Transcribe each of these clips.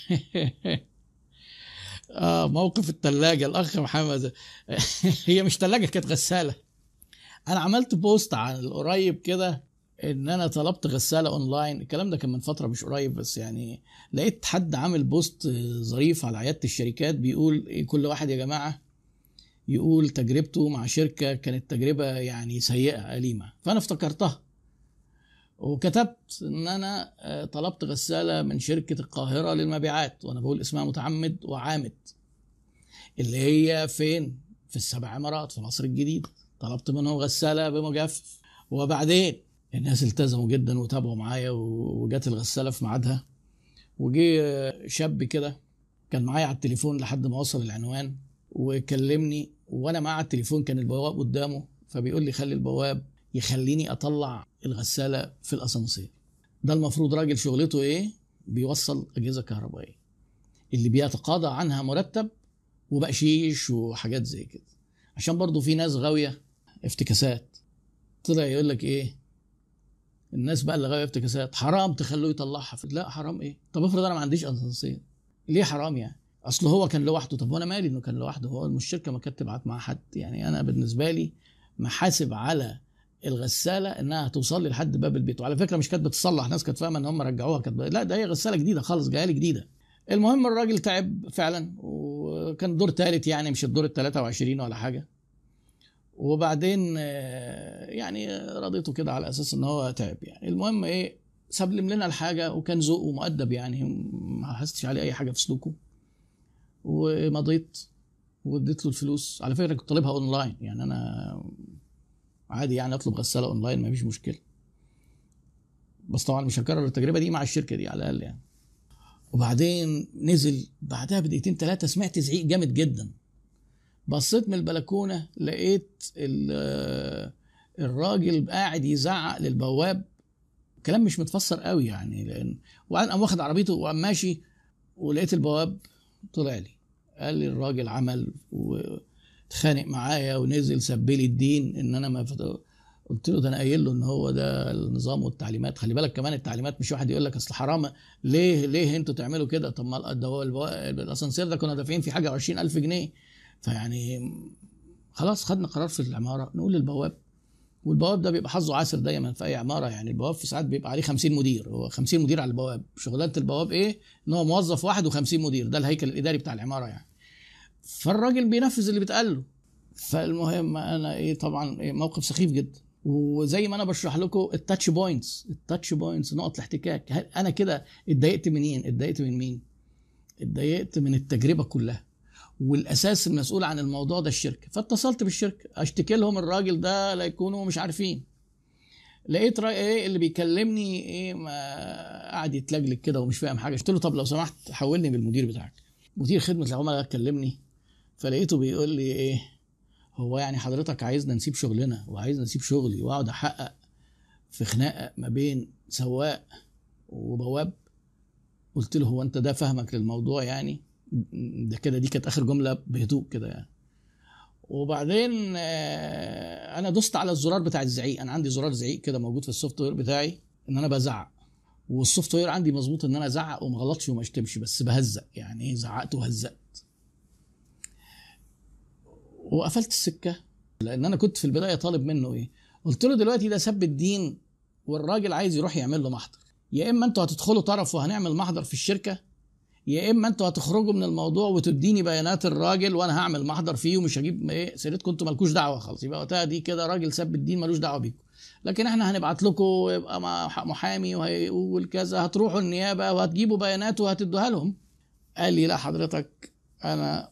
موقف التلاجة الأخ محمد. هي مش تلاجة، كانت غسالة. أنا عملت بوست عن القريب كده إن أنا طلبت غسالة أونلاين. الكلام ده كان من فترة مش قريب، بس يعني لقيت حد عامل بوست ظريف على عيادة الشركات بيقول كل واحد يا جماعة يقول تجربته مع شركة كانت تجربة يعني سيئة أليمة. فأنا افتكرتها وكتبت ان انا طلبت غسالة من شركة القاهرة للمبيعات، وانا بقول اسمها متعمد وعامد، اللي هي فين؟ في السبع عمارات في مصر الجديدة. طلبت منهم غسالة بمجفف، وبعدين الناس التزموا جدا وتابعوا معايا وجات الغسالة في ميعادها. وجي شاب كده كان معايا على التليفون لحد ما وصل العنوان وكلمني، وانا معاه على التليفون كان البواب قدامه، فبيقول لي خلي البواب يخليني اطلع الغسالة في الاسانسير. ده المفروض راجل شغلته ايه؟ بيوصل اجهزة كهربائية اللي بيتقاضى عنها مرتب وبقشيش وحاجات زي كده، عشان برضو في ناس غاوية افتكاسات. طلع يقول لك ايه الناس بقى اللي غاوية افتكاسات حرام تخلوه يطلعها لا حرام ايه؟ طب افرض انا ما عنديش اسانسير، ليه حرام يعني؟ اصل هو كان لوحده. طب وانا مالي انه كان لوحده؟ هو الشركة ما كانت تبعت مع حد يعني. انا بالنسبة لي محاسب على الغسالة انها توصل لي لحد باب البيت. وعلى فكرة مش كانت بتصلح، ناس كانت فاهمة ان هم رجعوها، كانت لا ده هي غسالة جديدة خالص جايه لي جديدة. المهم الراجل تعب فعلا، وكان دور ثالث يعني مش الدور ال23 ولا حاجة. وبعدين يعني رضيته كده على اساس ان هو تعب يعني. المهم ايه، سلم لنا الحاجة وكان ذوق ومؤدب يعني، ما حسيتش عليه اي حاجة في سلوكه. ومضيت واديت له الفلوس. على فكرة كنت طالبها اونلاين يعني، انا عادي يعني اطلب غسالة اونلاين ما فيش مشكلة، بس طبعا مش هكرر التجربة دي مع الشركة دي على الاقل يعني. وبعدين نزل بعدها بدقيقتين 3 سمعت زعيق جامد جدا. بصيت من البلكونة لقيت الراجل قاعد يزعق للبواب كلام مش متفسر قوي يعني، لان وبعدين قام واخد عربيته وقام ماشي. ولقيت البواب طلع لي قال لي الراجل عمل واتخانق معايا ونزل سبلي الدين ان انا ما قلت له ده انا قايل له ان هو ده النظام والتعليمات. خلي بالك كمان التعليمات مش واحد يقول لك اصل حرام، ليه انتوا تعملوا كده؟ طب ما ده هو الاسانسير ده كنا دافعين فيه حاجه 20,000 جنيه. فيعني خلاص خدنا قرار في العماره نقول للبواب، والبواب ده بيبقى حظه عاسر دايما في اي عماره يعني. البواب في ساعات بيبقى عليه 50 مدير، هو 50 مدير على البواب. شغلانه البواب ايه؟ ان هو موظف واحد و50 مدير، ده الهيكل الاداري بتاع العماره يعني. فالراجل بينفذ اللي بيتقال له. فالمهم انا ايه طبعا إيه موقف سخيف جدا. وزي ما انا بشرح لكم التاتش بوينتس نقط الاحتكاك، انا كده اتضايقت منين؟ اتضايقت من مين؟ اتضايقت من التجربه كلها، والاساس المسؤول عن الموضوع ده الشركه. فاتصلت بالشركه اشتكي لهم الراجل ده لا يكونوا مش عارفين. لقيت ايه اللي بيكلمني ايه ما قاعد يتلجلج كده ومش فاهم حاجه. قلت له طب لو سمحت حولني بالمدير بتاعك. مدير خدمه العملاء كلمني، فلقيته بيقول لي ايه هو يعني حضرتك عايزنا نسيب شغلنا وعايزنا نسيب شغلي واقعد احقق في خناقه ما بين سواق وبواب؟ قلت له هو انت ده فهمك للموضوع يعني؟ ده كده دي كانت اخر جمله بهدوء كده يعني. وبعدين انا دوست على الزرار بتاع الزعيق. انا عندي زرار زعيق كده موجود في السوفت وير بتاعي ان انا بزعق، والسوفت وير عندي مظبوط ان انا ازعق وما غلطش وما اشتمش، بس بهزق يعني ايه، زعقت وهزقت. وقفلت السكه لان انا كنت في البدايه طالب منه ايه، قلت له دلوقتي ده سب الدين والراجل عايز يروح يعمل له محضر. يا اما انتوا هتدخلوا طرف وهنعمل محضر في الشركه، يا اما انتوا هتخرجوا من الموضوع وتديني بيانات الراجل وانا هعمل محضر فيه ومش هجيب ايه سيرتكم، انتوا مالكوش دعوه خالص. يبقى وقتها دي كده راجل سب الدين ملوش دعوه بيكم، لكن احنا هنبعت لكم يبقى محامي وهيقول كذا، هتروحوا النيابه وهتجيبوا بيانات وهتدوها لهم. قال لي لا حضرتك انا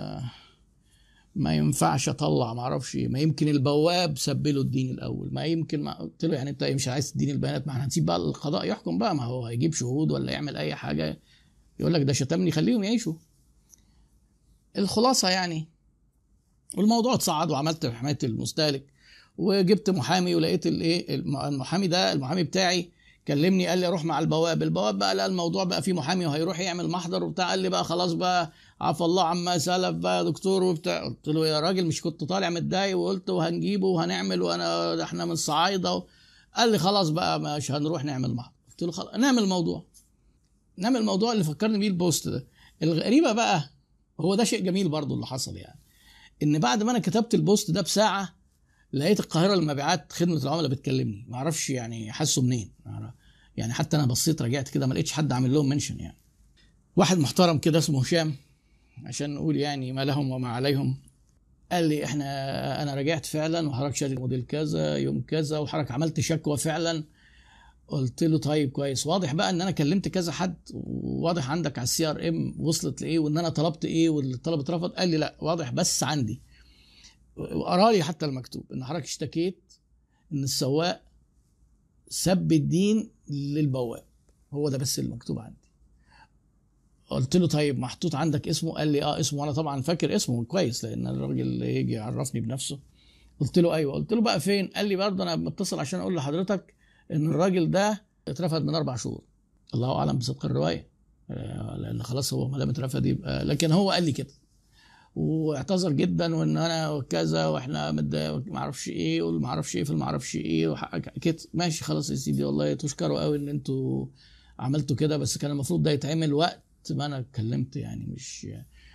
ما ينفعش اطلع، ما اعرفش ما يمكن البواب سبله الدين الاول، ما يمكن ما. قلت له يعني انت مش عايز تديني البيانات؟ ما احنا هنسيب بقى القضاء يحكم بقى، ما هو هيجيب شهود ولا يعمل اي حاجه يقول لك ده شتمني، خليهم يعيشوا. الخلاصه يعني والموضوع اتصعد وعملت حمايه المستهلك وجبت محامي، ولقيت الايه المحامي ده المحامي بتاعي كلمني قال لي اروح مع البواب بقى لا الموضوع بقى فيه محامي وهيروح يعمل محضر وبتاع. قال لي بقى خلاص بقى عفى الله عما سلف بقى يا دكتور وبتاع. قلت له يا راجل مش كنت طالع متضايق وقلت وهنجيبه وهنعمل وانا احنا من الصعايده قال لي خلاص بقى مش هنروح نعمل محضر. قلت له خلاص نعمل موضوع. نعمل الموضوع اللي فكرني بيه البوست ده. الغريبه بقى، هو ده شيء جميل برضو اللي حصل يعني، ان بعد ما انا كتبت البوست ده بساعه لقيت القاهره للمبيعات خدمه العملاء بتكلمني، ما اعرفش يعني حسوا منين يعني. حتى انا بصيت رجعت كده ما لقيتش حد عامل لهم منشن يعني. واحد محترم كده اسمه هشام، عشان نقول يعني ما لهم وما عليهم، قال لي انا رجعت فعلا وحضرتك شاري موديل كذا يوم كذا وحضرتك عملت شكوى فعلا. قلت له طيب كويس، واضح بقى ان انا كلمت كذا حد، وواضح عندك على CRM وصلت لايه وان انا طلبت ايه والطلب اترفض. قال لي لا واضح بس عندي، وقرا لي حتى المكتوب ان حضرتك اشتكيت ان السواق سب الدين للبواب، هو ده بس المكتوب عندي. قلت له طيب محطوط عندك اسمه؟ قال لي اسمه، وانا طبعا فاكر اسمه كويس لان الراجل يجي يعرفني بنفسه. قلت له ايوه. قلت له بقى فين؟ قال لي برضه انا متصل عشان اقول لحضرتك ان الراجل ده اترفض من 4 شهور. الله اعلم بصدق الروايه، لان خلاص هو ما دام اترفض يبقى، لكن هو قال لي كده واعتذر جدا وان انا كذا واحنا ما اعرفش ايه وما اعرفش ايه في ما اعرفش ايه كده. ماشي خلاص يا سيدي، والله تشكروا قوي ان انتوا عملتوا كده، بس كان المفروض ده يتعمل وقت ما انا اتكلمت يعني، مش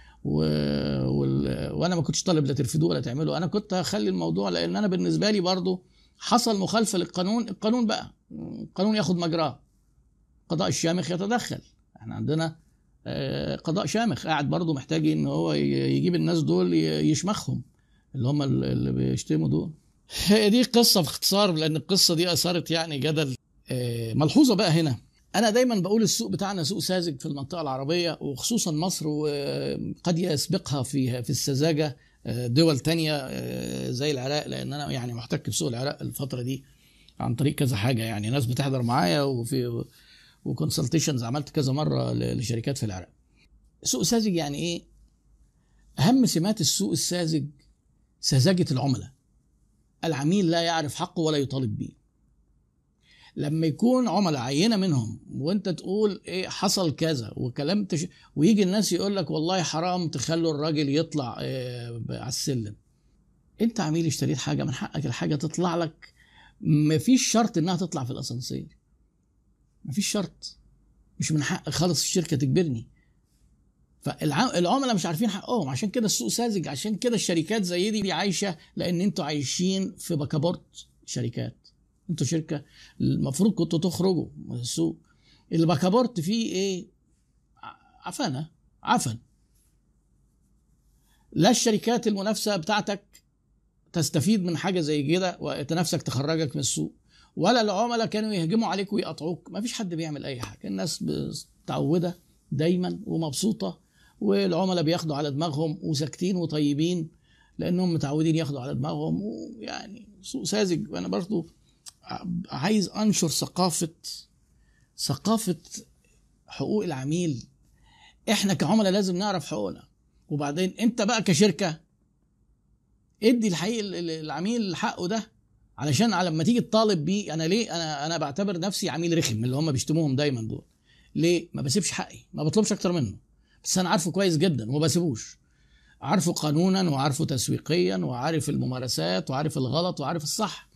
وانا ما كنتش طالب لا ترفضوه ولا تعملوا، انا كنت هخلي الموضوع، لان انا بالنسبه لي برضو حصل مخالفه للقانون. القانون بقى القانون ياخد مجراه، قضاء الشامخ يتدخل. احنا عندنا قضاء شامخ قاعد برضو محتاج ان هو يجيب الناس دول يشمخهم، اللي هم اللي بيشتموا دول. هي دي قصه باختصار، لان القصه دي اثارت يعني جدل. ملحوظه بقى هنا، انا دايما بقول السوق بتاعنا سوق ساذج في المنطقه العربيه وخصوصا مصر، وقد يسبقها في السذاجه دول تانية زي العراق، لان انا يعني محتك بسوق العراق الفتره دي عن طريق كذا حاجه يعني، ناس بتحضر معايا وكونسلتيشنز عملت كذا مره لشركات في العراق. سوق ساذج يعني ايه؟ اهم سمات السوق الساذج سذاجه العملاء. العميل لا يعرف حقه ولا يطالب به. لما يكون عملاء عينه منهم وانت تقول ايه حصل كذا وكلام ويجي الناس يقول لك والله حرام تخلوا الراجل يطلع على السلم. انت عميل اشتريت حاجه، من حقك الحاجه تطلع لك، مفيش شرط انها تطلع في الاسانسير، مفيش شرط، مش من حق خالص الشركه تجبرني. فالعملاء مش عارفين حقهم، عشان كده السوق ساذج، عشان كده الشركات زي دي عايشه، لان انتوا عايشين في بكابورت شركات. انتوا شركه المفروض كنتوا تخرجوا من السوق. البكابورت فيه ايه؟ عفن. لا الشركات المنافسه بتاعتك تستفيد من حاجه زي كده وتنافسك تخرجك من السوق، ولا العملاء كانوا يهجموا عليك ويقطعوك. ما فيش حد بيعمل اي حاجه، الناس متعوده دايما ومبسوطه، والعملاء بياخدوا على دماغهم وساكتين وطيبين لانهم متعودين ياخدوا على دماغهم. ويعني سوق ساذج. وانا برضو عايز انشر ثقافه حقوق العميل. احنا كعملاء لازم نعرف حقوقنا، وبعدين انت بقى كشركه ادي الحقيقي العميل حقه ده، علشان لما تيجي تطالب بيه. انا ليه انا بعتبر نفسي عميل رخم اللي هم بيشتموهم دايما دول. ليه ما بسيبش حقي؟ ما بطلبش اكتر منه، بس انا عارفه كويس جدا وما بسيبوش، عارفه قانونا وعارفه تسويقيا وعارف الممارسات وعارف الغلط وعارف الصح.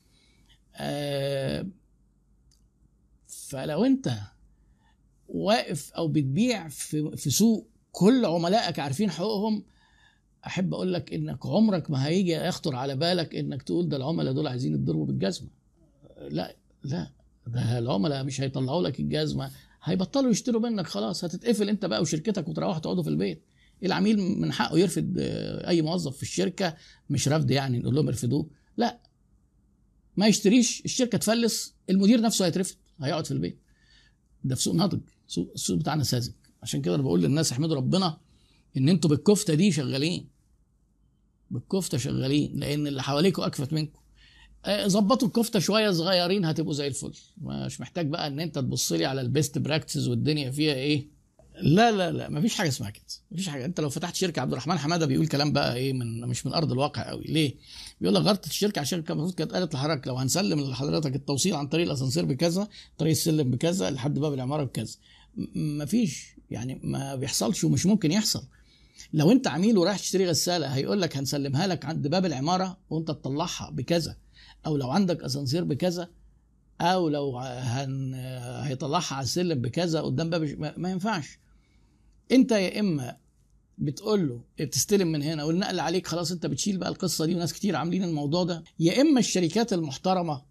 فلو انت واقف او بتبيع في سوق كل عملائك عارفين حقوقهم، احب اقول لك انك عمرك ما هيجي يخطر على بالك انك تقول ده العملاء دول عايزين يتضربوا بالجزمه. لا ده العملاء مش هيطلعوا لك الجزمه، هيبطلوا يشتروا منك، خلاص هتتقفل انت بقى وشركتك وتروحوا تقعدوا في البيت. العميل من حقه يرفض اي موظف في الشركه، مش رفض يعني نقول لهم ارفضوه، لا ما يشتريش، الشركه تفلس، المدير نفسه هيترفض، هيقعد في البيت. ده في سوق ناضج. السوق بتاعنا ساذج. عشان كده انا بقول للناس احمدوا ربنا ان انتوا بالكفته دي شغالين، بالكفته شغالين، لان اللي حواليكوا اكفت منكم. ظبطوا الكفته شويه صغيرين هتبقوا زي الفل. مش محتاج بقى ان انت تبص لي على البيست براكتسز والدنيا فيها ايه. لا مفيش حاجه اسمها كده، مفيش حاجه. انت لو فتحت شركه، عبد الرحمن حماده بيقول كلام بقى ايه مش من ارض الواقع قوي. ليه بيقول لك غلطه الشركه؟ عشان المفروض كانت قالت لحضرتك لو هنسلم لحضرتك التوصيل عن طريق الاسانسير بكذا، طريق السلم بكذا، لحد باب العماره بكذا. مفيش يعني، ما بيحصلش ومش ممكن يحصل. لو انت عميل ورايح تشتري غساله هيقول لك هنسلمها لك عند باب العماره وانت تطلعها بكذا، او لو عندك اسانسير بكذا. او لو هيطلعها على السلم بكذا قدام باب ما ينفعش. انت يا اما بتقول له بتستلم من هنا والنقل عليك خلاص، انت بتشيل بقى القصه دي، وناس كتير عاملين الموضوع ده. يا اما الشركات المحترمه،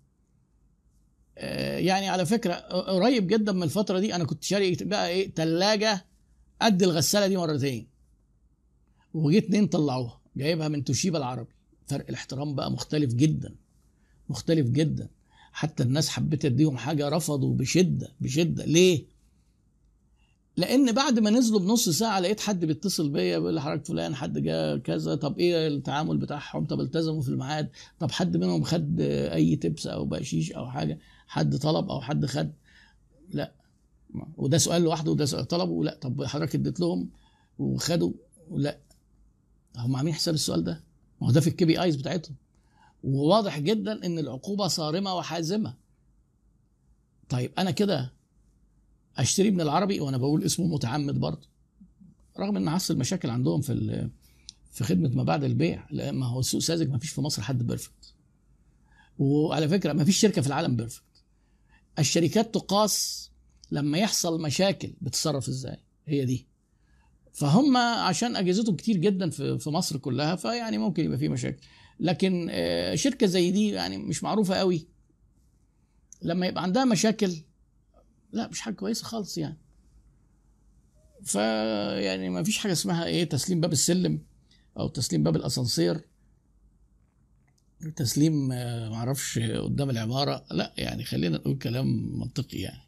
يعني على فكره قريب جدا من الفتره دي انا كنت شاري بقى ايه ثلاجه قد الغساله دي مرتين، وجيت 2 طلعوها، جايبها من توشيبا العربي. فرق الاحترام بقى مختلف جدا، مختلف جدا. حتى الناس حبيت اديهم حاجه رفضوا بشده بشده. ليه؟ لان بعد ما نزلوا بنص ساعه لقيت حد بيتصل بيا بيقول لي حضرتك فلان حد جا كذا، طب ايه التعامل بتاعهم، طب التزموا في الميعاد، طب حد منهم خد اي تبس او بقشيش او حاجه، حد طلب او حد خد؟ لا. وده سؤال لوحده، وده سؤال طلبوا، لا. طب حضرتك اديت لهم وخدوا؟ لا. هم عاملين حساب السؤال ده، ما هو ده في الكي بي ايز بتاعتهم، وواضح جدا ان العقوبه صارمه وحازمه. طيب انا كده اشتري من العربي وانا بقول اسمه متعمد برضه، رغم ان حصل مشاكل عندهم في خدمه ما بعد البيع. لا، ما هو السوق ساذج، ما فيش في مصر حد بيرفكت، وعلى فكره ما فيش شركه في العالم بيرفكت. الشركات تقاس لما يحصل مشاكل بتتصرف ازاي، هي دي. فهم عشان اجهزتهم كتير جدا في مصر كلها، فيعني ممكن يبقى في مشاكل. لكن شركه زي دي يعني مش معروفه قوي، لما يبقى عندها مشاكل لا مش حاجه كويسه خالص يعني. فيعني ما فيش حاجه اسمها ايه تسليم باب السلم او تسليم باب الاسانسير، تسليم معرفش قدام العماره، لا يعني خلينا نقول كلام منطقي يعني.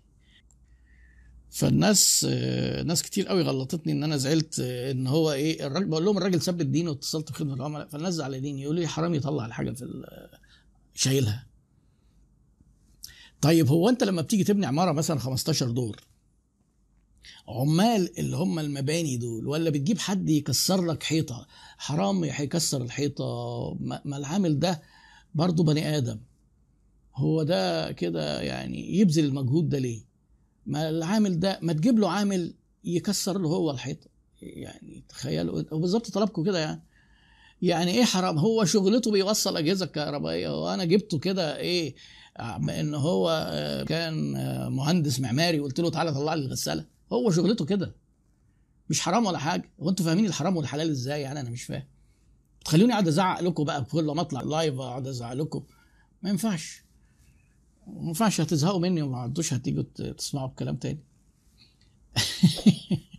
فالناس ناس كتير قوي غلطتني ان انا زعلت ان هو ايه الراجل، بقول لهم الراجل ساب الدين واتصلت بخدمه العملاء، فالناس زعلانين يقولوا لي حرام يطلع الحاجه في شايلها. طيب هو انت لما بتيجي تبني عماره مثلا 15 دور، عمال اللي هم المباني دول، ولا بتجيب حد يكسر لك حيطه؟ حرام هيكسر الحيطه، ما العامل ده برضه بني ادم، هو ده كده يعني يبذل المجهود ده ليه؟ ما العامل ده ما تجيب له عامل يكسر له هو الحيطه. يعني تخيلوا، وبالظبط طلبكم كده يعني. يعني ايه حرام؟ هو شغلته بيوصل اجهزه كهربائيه، وانا جبته كده ايه ان هو كان مهندس معماري وقلت له تعالى طلع لي الغساله؟ هو شغلته كده، مش حرام ولا حاجه. هو انتوا فاهمين الحرام والحلال ازاي يعني؟ انا مش فاهم. تخلوني قاعد ازعق لكم بقى كل ما اطلع لايف اقعد ازعق لكم؟ ما ينفعش، ما ينفعش. هتزهقوا مني وما عدوش هتيجوا تسمعوا الكلام تاني.